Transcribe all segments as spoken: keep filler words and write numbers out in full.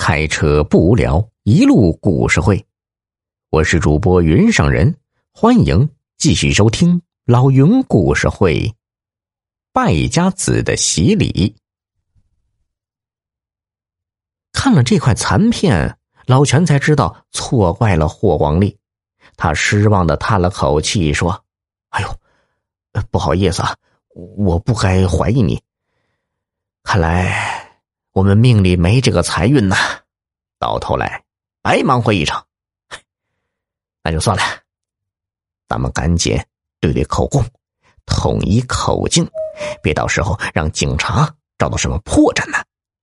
开车不无聊，一路故事会。我是主播云上人，欢迎继续收听老云故事会。败家子的洗礼。看了这块残片，老全才知道错怪了霍广利。他失望地叹了口气说：哎呦，不好意思啊，我不该怀疑你。看来我们命里没这个财运呐，到头来白忙活一场。那就算了，咱们赶紧对对口供，统一口径，别到时候让警察找到什么破绽呢。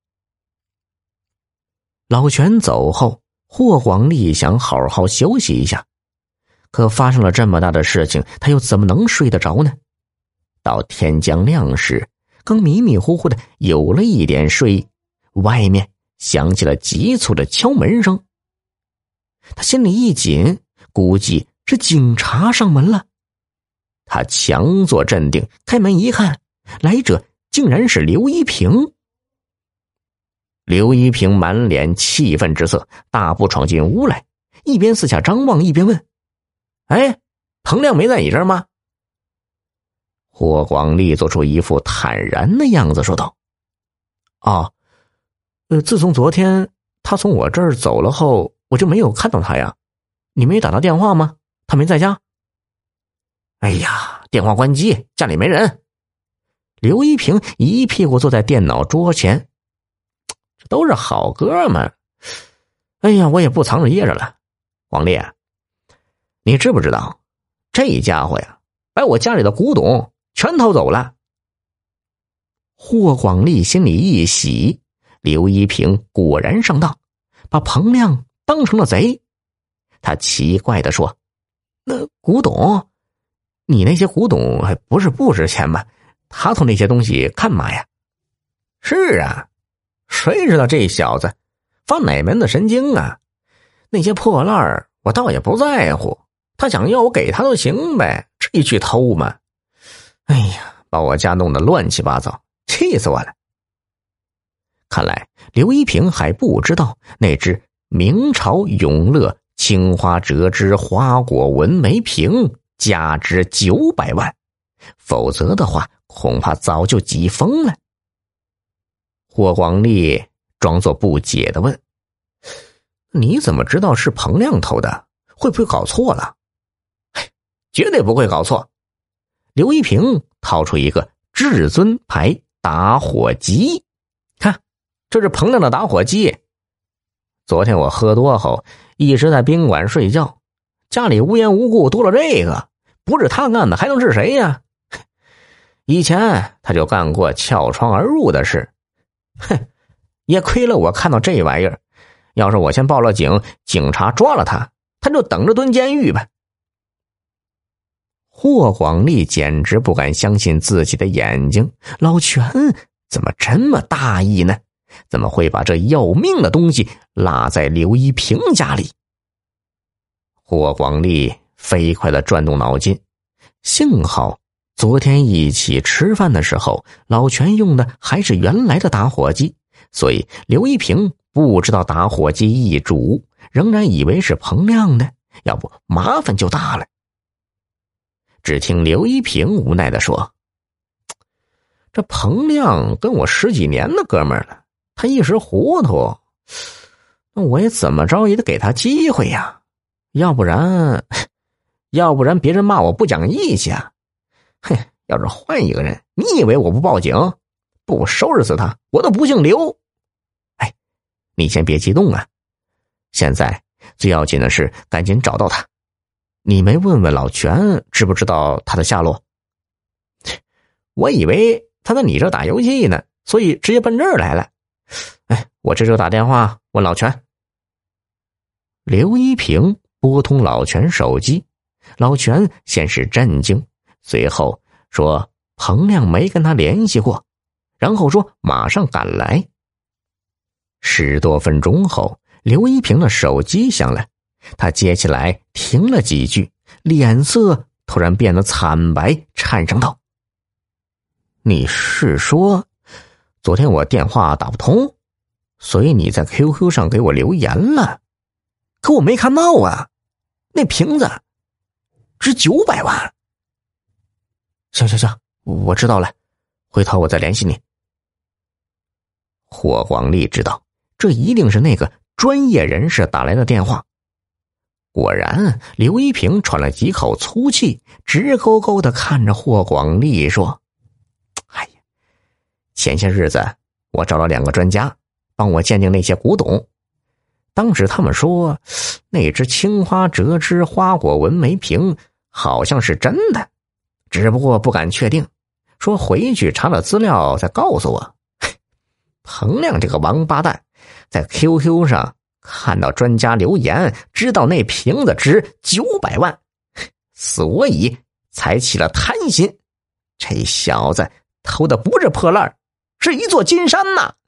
老全走后，霍广利想好好休息一下，可发生了这么大的事情，他又怎么能睡得着呢？到天将亮时，刚迷迷糊糊的有了一点睡意，外面响起了急促的敲门声。他心里一紧，估计是警察上门了。他强作镇定，开门一看，来者竟然是刘一平。刘一平满脸气愤之色，大步闯进屋来，一边四下张望，一边问：哎，彭亮没在你这儿吗？霍广利做出一副坦然的样子说道：哦，呃，自从昨天他从我这儿走了后，我就没有看到他呀。你没打他电话吗？他没在家？哎呀，电话关机，家里没人。刘一平一屁股坐在电脑桌前，这都是好哥们。哎呀，我也不藏着掖着了。广利，你知不知道，这家伙呀，把我家里的古董全偷走了。霍广利心里一喜，刘一平果然上当，把彭亮当成了贼。他奇怪地说：那古董，你那些古董还不是不值钱吗？他偷那些东西干嘛呀？是啊，谁知道这小子发哪门子神经啊？那些破烂儿我倒也不在乎，他想要我给他都行呗，至于去偷吗？哎呀，把我家弄得乱七八糟，气死我了。看来刘一平还不知道那只明朝永乐青花折枝花果纹眉瓶价值九百万，否则的话恐怕早就急疯了。霍广利装作不解地问：你怎么知道是彭亮偷的？会不会搞错了？绝对不会搞错。刘一平掏出一个至尊牌打火机，看，这是彭亮的打火机。昨天我喝多后一直在宾馆睡觉，家里无缘无故多了这个，不是他干的还能是谁呀？以前他就干过撬窗而入的事，哼，也亏了我看到这玩意儿，要是我先报了警，警察抓了他，他就等着蹲监狱吧。霍广利简直不敢相信自己的眼睛，老全怎么这么大意呢？怎么会把这要命的东西落在刘一平家里？霍广利飞快地转动脑筋，幸好昨天一起吃饭的时候，老全用的还是原来的打火机，所以刘一平不知道打火机易主，仍然以为是彭亮的，要不麻烦就大了。只听刘一平无奈地说：这彭亮跟我十几年的哥们儿了，他一时糊涂，那我也怎么着也得给他机会呀，要不然要不然别人骂我不讲义气啊。哼，要是换一个人，你以为我不报警，不收拾死他我都不姓刘。哎，你先别激动啊，现在最要紧的是赶紧找到他。你没问问老全知不知道他的下落？我以为他在你这打游戏呢，所以直接奔这儿来了。哎，我这就打电话问老全。刘一平拨通老全手机，老全先是震惊，随后说彭亮没跟他联系过，然后说马上赶来。十多分钟后，刘一平的手机响了，他接起来停了几句，脸色突然变得惨白，颤声道：你是说昨天我电话打不通？ 所以你在 Q Q 上给我留言了， 可我没看到啊，那瓶子值九百万。 行行行，我知道了，回头我再联系你。霍广利知道这一定是那个专业人士打来的电话。果然，刘一平喘了几口粗气，直勾勾地看着霍广利说：“哎呀，前些日子我找了两个专家，帮我鉴定那些古董。当时他们说，那只青花折枝花果纹眉瓶好像是真的，只不过不敢确定，说回去查了资料再告诉我。彭亮这个王八蛋，在 Q Q 上看到专家留言，知道那瓶子值九百万，所以才起了贪心。这小子偷的不是破烂，是一座金山呐！”